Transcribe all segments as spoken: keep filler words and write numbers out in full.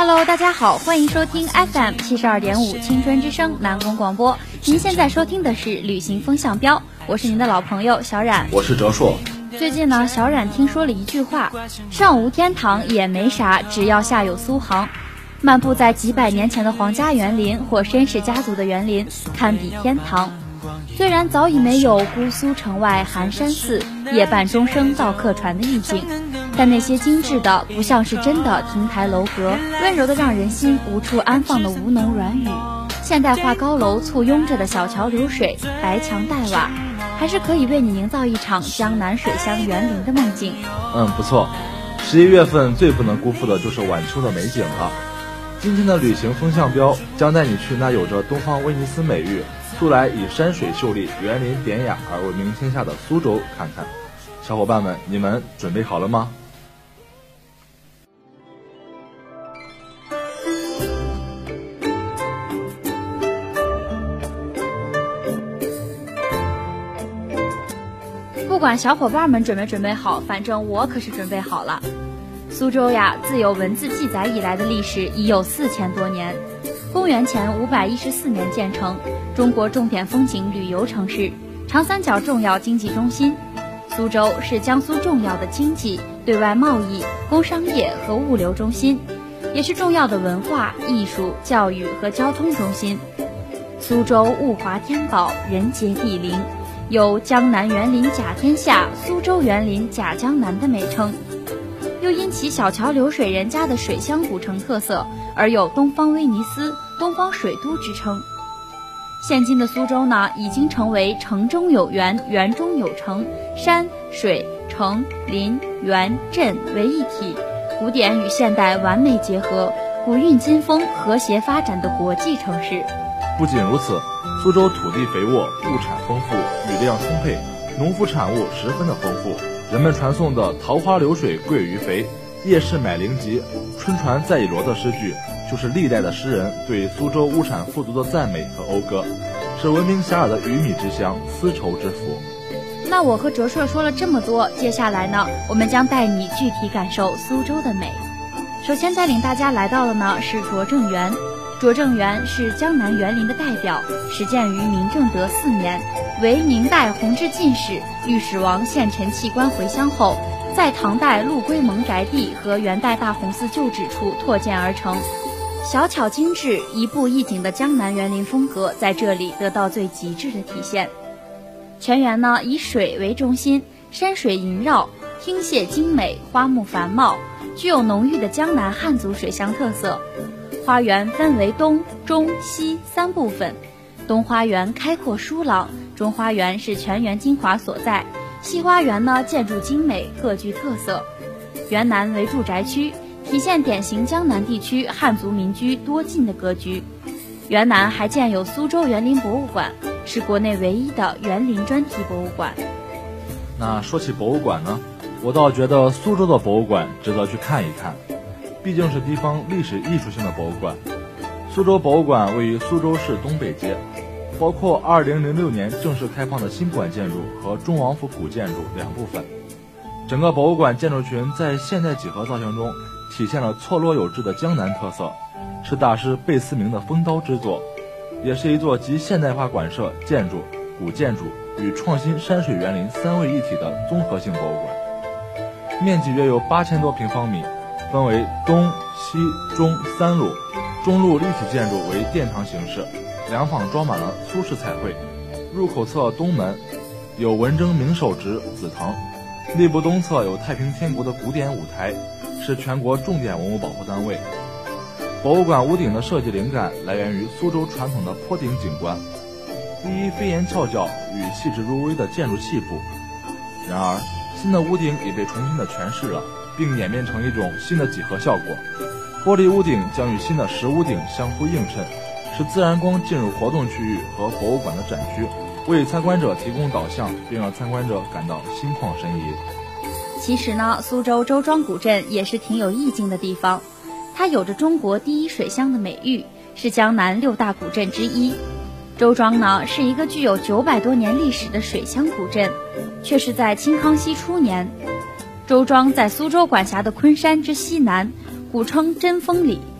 Hello， 大家好，欢迎收听 F M 七十二点五青春之声南宫广播。您现在收听的是旅行风向标，我是您的老朋友小冉， 我是哲硕。 最近呢，小冉听说了一句话：上无天堂也没啥，只要下有苏杭。漫步在几百年前的皇家园林或绅士家族的园林，堪比天堂。虽然早已没有姑苏城外寒山寺、夜半钟声到客船的意境，但那些精致的不像是真的亭台楼阁，温柔的让人心无处安放的吴侬软语，现代化高楼簇拥着的小桥流水、白墙黛瓦，还是可以为你营造一场江南水乡园林的梦境。 嗯，不错。十一月份最不能辜负的就是晚秋的美景了。今天的旅行风向标将带你去那有着东方威尼斯美誉、素来以山水秀丽、园林典雅而闻名天下的苏州看看。小伙伴们，你们准备好了吗？ 不管小伙伴们准备准备好，反正我可是准备好了。苏州呀，自有文字记载以来的历史已有四千多年。公元前五百一十四年建成，中国重点风景旅游城市，长三角重要经济中心。苏州是江苏重要的经济、对外贸易、工商业和物流中心，也是重要的文化、艺术、教育和交通中心。苏州物华天宝，人杰地灵，有江南园林甲天下、苏州园林甲江南的美称，又因其小桥流水人家的水乡古城特色，而有东方威尼斯、东方水都之称。现今的苏州呢，已经成为城中有园、园中有城，山水城林园镇为一体，古典与现代完美结合，古韵今风和谐发展的国际城市。 不仅如此，苏州土地肥沃，物产丰富，雨量充沛，农副产物十分的丰富。人们传颂的桃花流水鳜鱼肥，夜市买零吉，春船在已罗的诗句，就是历代的诗人对苏州物产富足的赞美和讴歌，是闻名遐迩的鱼米之乡，丝绸之府。 那我和哲硕说了这么多，接下来呢，我们将带你具体感受苏州的美。首先带领大家来到的呢是拙政园。拙政园是江南园林的代表，始建于明正德四年，为明代弘治进士、御史王献陈弃官回乡后，在唐代陆龟蒙宅地和元代大红寺旧址处拓建而成。小巧精致、一步一景的江南园林风格在这里得到最极致的体现。全园呢以水为中心，山水萦绕，汀榭精美，花木繁茂，具有浓郁的江南汉族水乡特色。花园分为东、中、西三部分，东花园开阔疏朗，中花园是全园精华所在，西花园呢建筑精美，各具特色。园南为住宅区，体现典型江南地区汉族民居多进的格局。园南还建有苏州园林博物馆，是国内唯一的园林专题博物馆。 那说起博物馆呢，我倒觉得苏州的博物馆值得去看一看，毕竟是地方历史艺术性的博物馆。苏州博物馆位于苏州市东北街，包括二零零六年正式开放的新馆建筑和中王府古建筑两部分。整个博物馆建筑群在现代几何造型中体现了错落有致的江南特色，是大师贝思明的风刀之作，也是一座集现代化馆舍、建筑、古建筑与创新山水园林三位一体的综合性博物馆。面积约有八千多平方米，分为东西中三路，中路立体建筑为殿堂形式，两坊装满了苏式彩绘。入口侧东门有文征明手植紫藤，内部东侧有太平天国的古典舞台，是全国重点文物保护单位。博物馆屋顶的设计灵感来源于苏州传统的坡顶景观，第一飞檐翘角与气质入微的建筑气魄。然而新的屋顶也被重新的诠释了，并演变成一种新的几何效果，玻璃屋顶将与新的石屋顶相互映衬，使自然光进入活动区域和博物馆的展区，为参观者提供导向，并让参观者感到心旷神怡。 其实呢，苏州周庄古镇也是挺有意境的地方，它有着中国第一水乡的美誉，是江南六大古镇之一。周庄呢是一个具有九百多年历史的水乡古镇，却是在清康熙初年。周庄在苏州管辖的昆山之西南，古称贞丰里。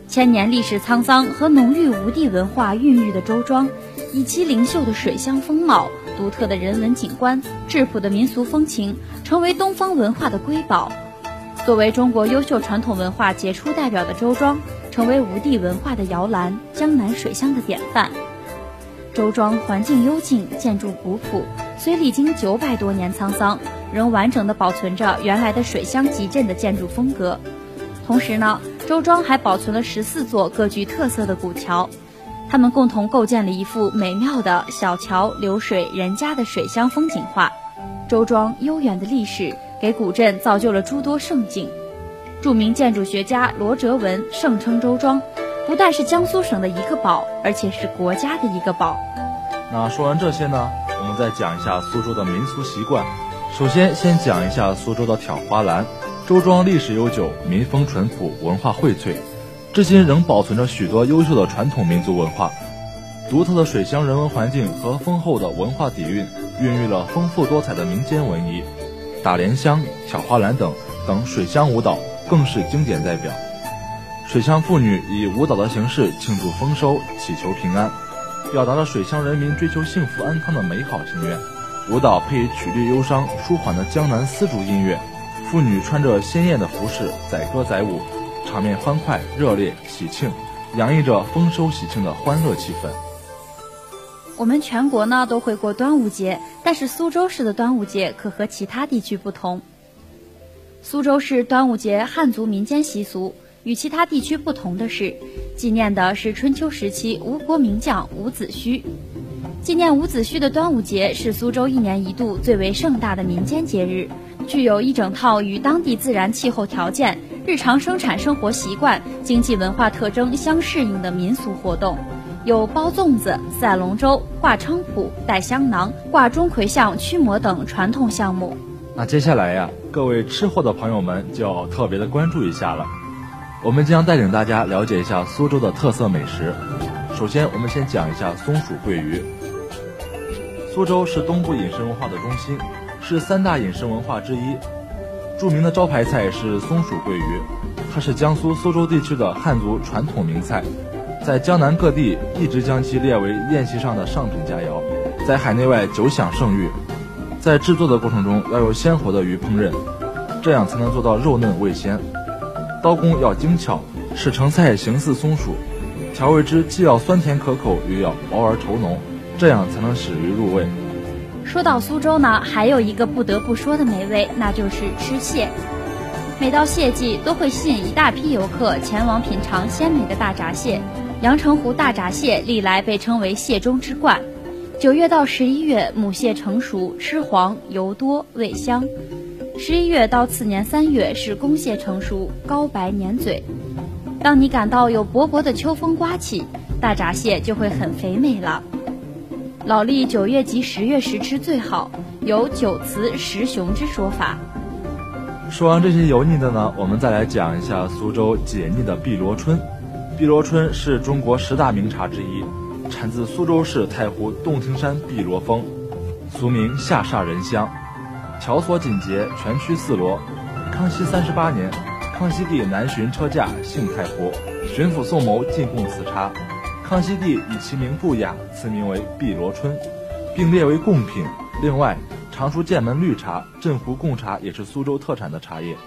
千年历史沧桑和浓郁吴地文化孕育的周庄，以其灵秀的水乡风貌、独特的人文景观、质朴的民俗风情，成为东方文化的瑰宝。作为中国优秀传统文化杰出代表的周庄，成为吴地文化的摇篮，江南水乡的典范。周庄环境幽静，建筑古朴，虽历经九百多年沧桑，仍完整地保存着原来的水乡集镇的建筑风格。同时呢，周庄还保存了十四座各具特色的古桥，它们共同构建了一幅美妙的小桥流水人家的水乡风景画。周庄悠远的历史给古镇造就了诸多胜景。著名建筑学家罗哲文盛称周庄不但是江苏省的一个宝，而且是国家的一个宝。 那说完这些呢，我们再讲一下苏州的民俗习惯。首先先讲一下苏州的挑花篮。周庄历史悠久，民风淳朴，文化荟萃，至今仍保存着许多优秀的传统民族文化。独特的水乡人文环境和丰厚的文化底蕴，孕育了丰富多彩的民间文艺，打莲香、挑花篮等等水乡舞蹈更是经典代表。水乡妇女以舞蹈的形式庆祝丰收，祈求平安，表达了水乡人民追求幸福安康的美好心愿。舞蹈配以曲律忧伤、舒缓的江南丝竹音乐，妇女穿着鲜艳的服饰载歌载舞，场面欢快热烈喜庆，洋溢着丰收喜庆的欢乐气氛。 我们全国呢都会过端午节，但是苏州市的端午节可和其他地区不同。苏州市端午节汉族民间习俗与其他地区不同的是，纪念的是春秋时期吴国名将伍子胥。纪念伍子胥的端午节是苏州一年一度最为盛大的民间节日，具有一整套与当地自然气候条件、日常生产生活习惯、经济文化特征相适应的民俗活动，有包粽子、赛龙舟、挂菖蒲、戴香囊、挂钟馗像、驱魔等传统项目。 那接下来呀，各位吃货的朋友们就要特别的关注一下了。我们将带领大家了解一下苏州的特色美食。首先，我们先讲一下松鼠桂鱼。苏州是东部饮食文化的中心，是三大饮食文化之一。著名的招牌菜是松鼠桂鱼，它是江苏苏州地区的汉族传统名菜，在江南各地一直将其列为宴席上的上品佳肴，在海内外久享盛誉。在制作的过程中要有鲜活的鱼烹饪，这样才能做到肉嫩味鲜。刀工要精巧，使成菜形似松鼠，调味汁既要酸甜可口，又要薄而稠浓，这样才能使鱼入味。 说到苏州呢，还有一个不得不说的美味，那就是吃蟹。每到蟹季，都会吸引一大批游客前往品尝鲜美的大闸蟹。阳澄湖大闸蟹历来被称为蟹中之冠。九月到十一月，母蟹成熟，吃黄，油多，味香。十一月到次年三月是公蟹成熟，膏白粘嘴。当你感到有薄薄的秋风刮起，大闸蟹就会很肥美了。老历九月及十月时吃最好，有九雌十雄之说法。 说完这些油腻的呢，我们再来讲一下苏州解腻的碧螺春。碧螺春是中国十大名茶之一，产自苏州市太湖洞庭山碧螺峰，俗名下煞人香，条索紧结，全曲四螺。康熙三十八年，康熙帝南巡车驾幸太湖，巡抚宋牟进贡此茶，康熙帝以其名不雅，赐名为碧螺春，并列为贡品。另外，常熟剑门绿茶、镇湖贡茶也是苏州特产的茶叶。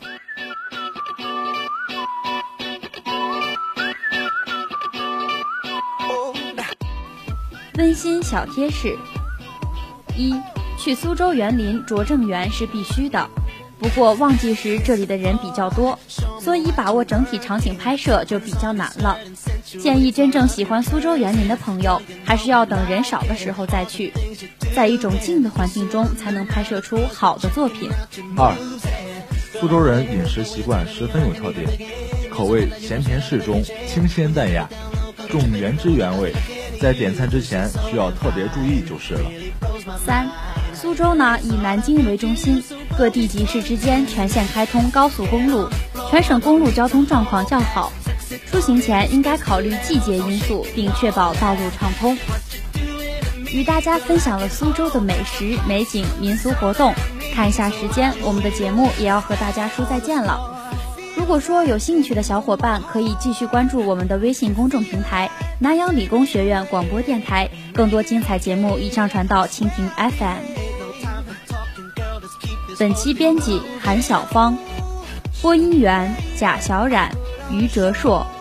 温馨小贴士：一、去苏州园林拙政园是必须的，不过旺季时这里的人比较多，所以把握整体场景拍摄就比较难了。建议真正喜欢苏州园林的朋友，还是要等人少的时候再去，在一种静的环境中才能拍摄出好的作品。 二、苏州人饮食习惯十分有特点，口味咸甜适中，清鲜淡雅，重原汁原味，在点餐之前需要特别注意就是了。 三、苏州呢以南京为中心，各地级市之间全线开通高速公路，全省公路交通状况较好。出行前应该考虑季节因素，并确保道路畅通。与大家分享了苏州的美食、美景、民俗活动。看一下时间，我们的节目也要和大家说再见了。 如果说有兴趣的小伙伴，可以继续关注我们的微信公众平台南阳理工学院广播电台，更多精彩节目已上传到蜻蜓 F M。 本期编辑韩小芳，播音员贾小冉、于哲硕。